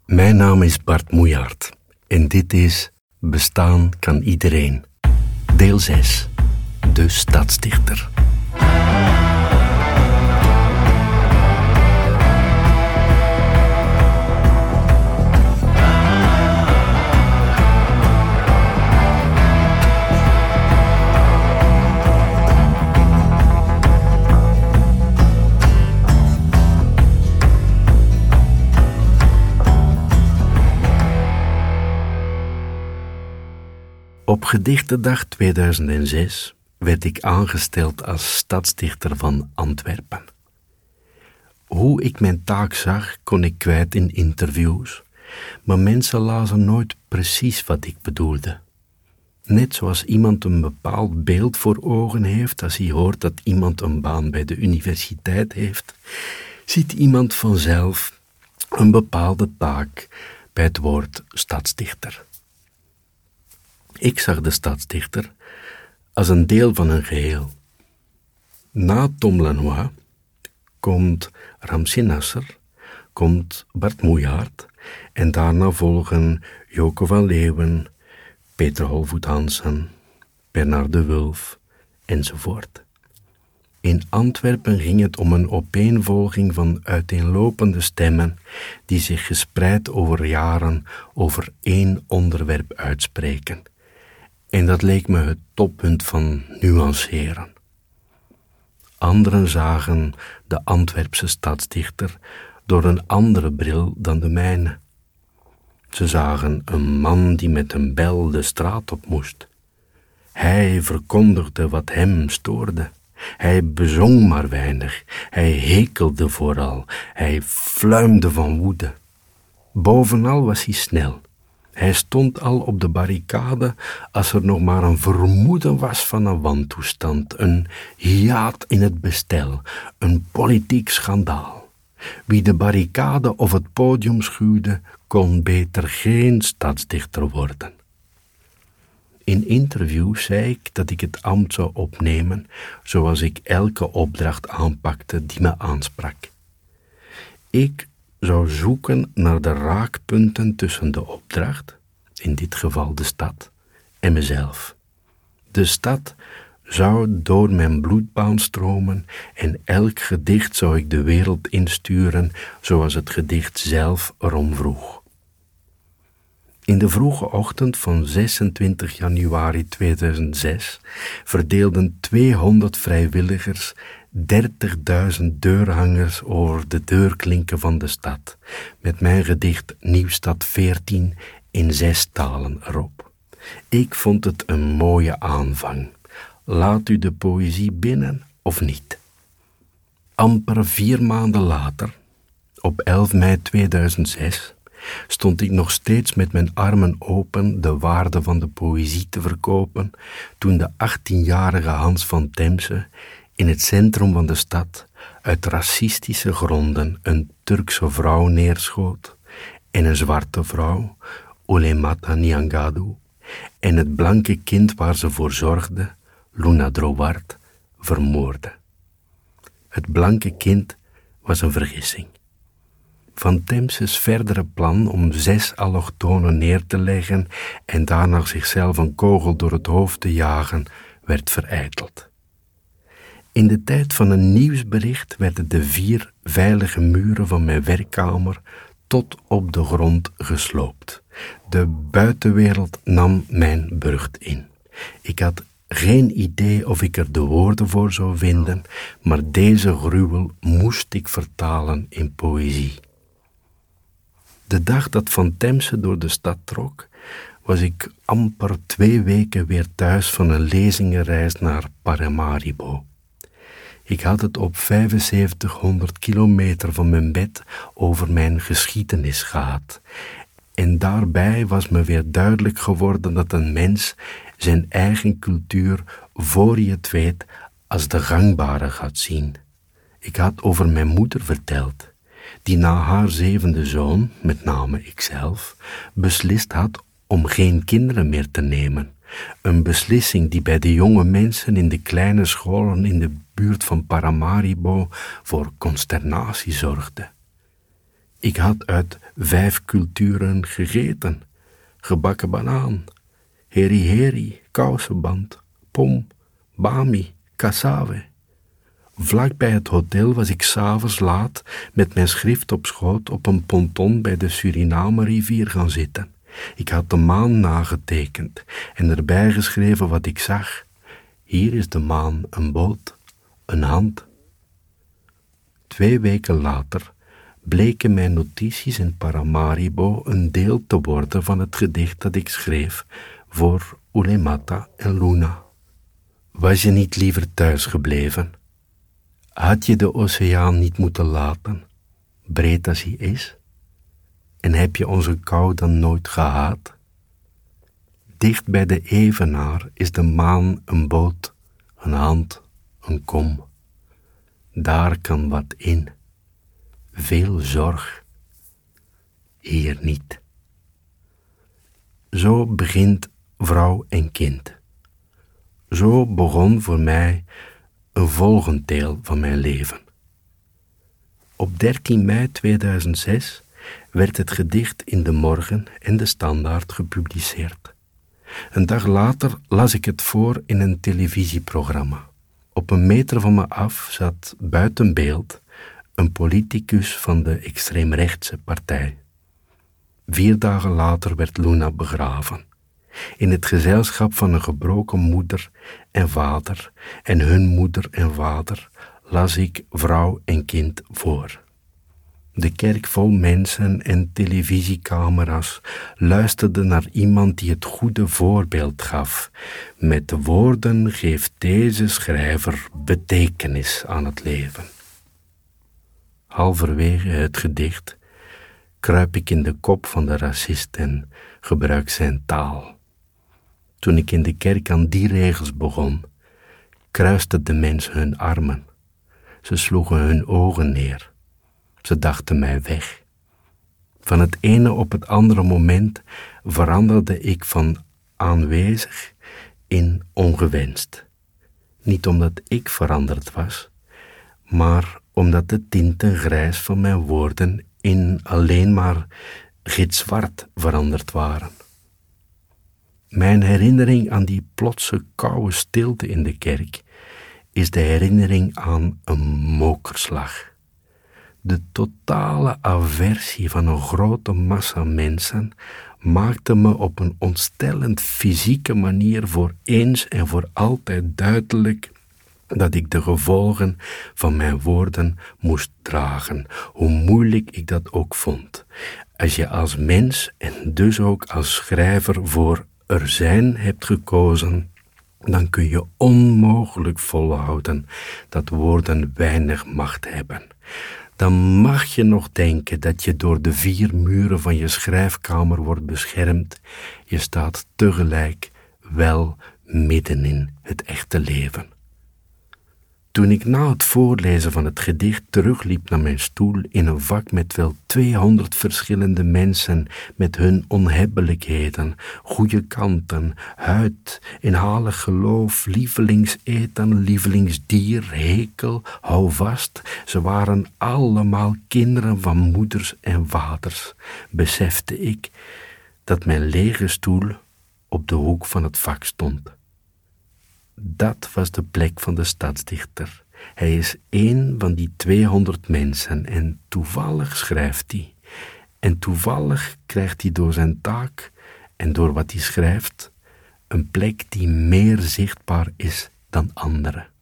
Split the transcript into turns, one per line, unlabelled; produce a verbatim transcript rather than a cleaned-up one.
Mijn naam is Bart Moejaert en dit is Bestaan kan iedereen. Deel zes. De stadsdichter. Op Gedichtendag tweeduizend zes werd ik aangesteld als stadsdichter van Antwerpen. Hoe ik mijn taak zag, kon ik kwijt in interviews, maar mensen lazen nooit precies wat ik bedoelde. Net zoals iemand een bepaald beeld voor ogen heeft als hij hoort dat iemand een baan bij de universiteit heeft, ziet iemand vanzelf een bepaalde taak bij het woord stadsdichter. Ik zag de stadsdichter als een deel van een geheel. Na Tom Lanois komt Ramzi Nasser, komt Bart Moejaert en daarna volgen Joke van Leeuwen, Peter Holvoet Hansen, Bernard de Wulf enzovoort. In Antwerpen ging het om een opeenvolging van uiteenlopende stemmen die zich gespreid over jaren over één onderwerp uitspreken. En dat leek me het toppunt van nuanceren. Anderen zagen de Antwerpse stadsdichter door een andere bril dan de mijne. Ze zagen een man die met een bel de straat op moest. Hij verkondigde wat hem stoorde. Hij bezong maar weinig. Hij hekelde vooral. Hij fluimde van woede. Bovenal was hij snel. Hij stond al op de barricade als er nog maar een vermoeden was van een wantoestand, een hiaat in het bestel, een politiek schandaal. Wie de barricade of het podium schuwde, kon beter geen stadsdichter worden. In interviews zei ik dat ik het ambt zou opnemen zoals ik elke opdracht aanpakte die me aansprak. Ik zou zoeken naar de raakpunten tussen de opdracht, in dit geval de stad, en mezelf. De stad zou door mijn bloedbaan stromen en elk gedicht zou ik de wereld insturen zoals het gedicht zelf erom vroeg. In de vroege ochtend van zesentwintig januari tweeduizend zes verdeelden tweehonderd vrijwilligers dertigduizend deurhangers over de deurklinken van de stad, met mijn gedicht Nieuwstad veertien in zes talen erop. Ik vond het een mooie aanvang. Laat u de poëzie binnen of niet? Amper vier maanden later, op elf mei tweeduizend zes, stond ik nog steeds met mijn armen open de waarde van de poëzie te verkopen, toen de achttienjarige Hans van Temse in het centrum van de stad uit racistische gronden een Turkse vrouw neerschoot en een zwarte vrouw, Oulemata Niangadu, en het blanke kind waar ze voor zorgde, Luna Drouard, vermoordde. Het blanke kind was een vergissing. Van Temses verdere plan om zes allochtonen neer te leggen en daarna zichzelf een kogel door het hoofd te jagen, werd vereiteld. In de tijd van een nieuwsbericht werden de vier veilige muren van mijn werkkamer tot op de grond gesloopt. De buitenwereld nam mijn burcht in. Ik had geen idee of ik er de woorden voor zou vinden, maar deze gruwel moest ik vertalen in poëzie. De dag dat Van Temse door de stad trok, was ik amper twee weken weer thuis van een lezingenreis naar Paramaribo. Ik had het op vijfenzeventighonderd kilometer van mijn bed over mijn geschiedenis gehad. En daarbij was me weer duidelijk geworden dat een mens zijn eigen cultuur voor je het weet als de gangbare gaat zien. Ik had over mijn moeder verteld, die na haar zevende zoon, met name ikzelf, beslist had om geen kinderen meer te nemen. Een beslissing die bij de jonge mensen in de kleine scholen in de buurt van Paramaribo voor consternatie zorgde. Ik had uit vijf culturen gegeten. Gebakken banaan, heri heri, kousenband, pom, bami, cassave. Vlak bij het hotel was ik 's avonds laat met mijn schrift op schoot op een ponton bij de Suriname-rivier gaan zitten. Ik had de maan nagetekend en erbij geschreven wat ik zag. Hier is de maan, een boot, een hand. Twee weken later bleken mijn notities in Paramaribo een deel te worden van het gedicht dat ik schreef voor Oulemata en Luna. Was je niet liever thuis gebleven? Had je de oceaan niet moeten laten, breed als hij is? En heb je onze kou dan nooit gehaat? Dicht bij de evenaar is de maan een boot, een hand, een kom. Daar kan wat in. Veel zorg. Hier niet. Zo begint Vrouw en Kind. Zo begon voor mij een volgend deel van mijn leven. Op dertien mei tweeduizend zes werd het gedicht in De Morgen en De Standaard gepubliceerd. Een dag later las ik het voor in een televisieprogramma. Op een meter van me af zat buiten beeld een politicus van de extreemrechtse partij. Vier dagen later werd Luna begraven. In het gezelschap van een gebroken moeder en vader en hun moeder en vader las ik Vrouw en Kind voor. De kerk vol mensen en televisiecamera's luisterde naar iemand die het goede voorbeeld gaf. Met de woorden geeft deze schrijver betekenis aan het leven. Halverwege het gedicht kruip ik in de kop van de racist en gebruik zijn taal. Toen ik in de kerk aan die regels begon, kruisten de mensen hun armen. Ze sloegen hun ogen neer. Ze dachten mij weg. Van het ene op het andere moment veranderde ik van aanwezig in ongewenst. Niet omdat ik veranderd was, maar omdat de tinten grijs van mijn woorden in alleen maar gitzwart veranderd waren. Mijn herinnering aan die plotse koude stilte in de kerk is de herinnering aan een mokerslag. De totale aversie van een grote massa mensen maakte me op een ontstellend fysieke manier voor eens en voor altijd duidelijk dat ik de gevolgen van mijn woorden moest dragen, hoe moeilijk ik dat ook vond. Als je als mens en dus ook als schrijver voor er zijn hebt gekozen, dan kun je onmogelijk volhouden dat woorden weinig macht hebben. Dan mag je nog denken dat je door de vier muren van je schrijfkamer wordt beschermd. Je staat tegelijk wel midden in het echte leven. Toen ik na het voorlezen van het gedicht terugliep naar mijn stoel in een vak met wel tweehonderd verschillende mensen met hun onhebbelijkheden, goede kanten, huid, inhalig geloof, lievelingseten, lievelingsdier, hekel, hou vast, ze waren allemaal kinderen van moeders en vaders, besefte ik dat mijn lege stoel op de hoek van het vak stond. Dat was de plek van de stadsdichter. Hij is één van die tweehonderd mensen en toevallig schrijft hij. En toevallig krijgt hij door zijn taak en door wat hij schrijft een plek die meer zichtbaar is dan andere.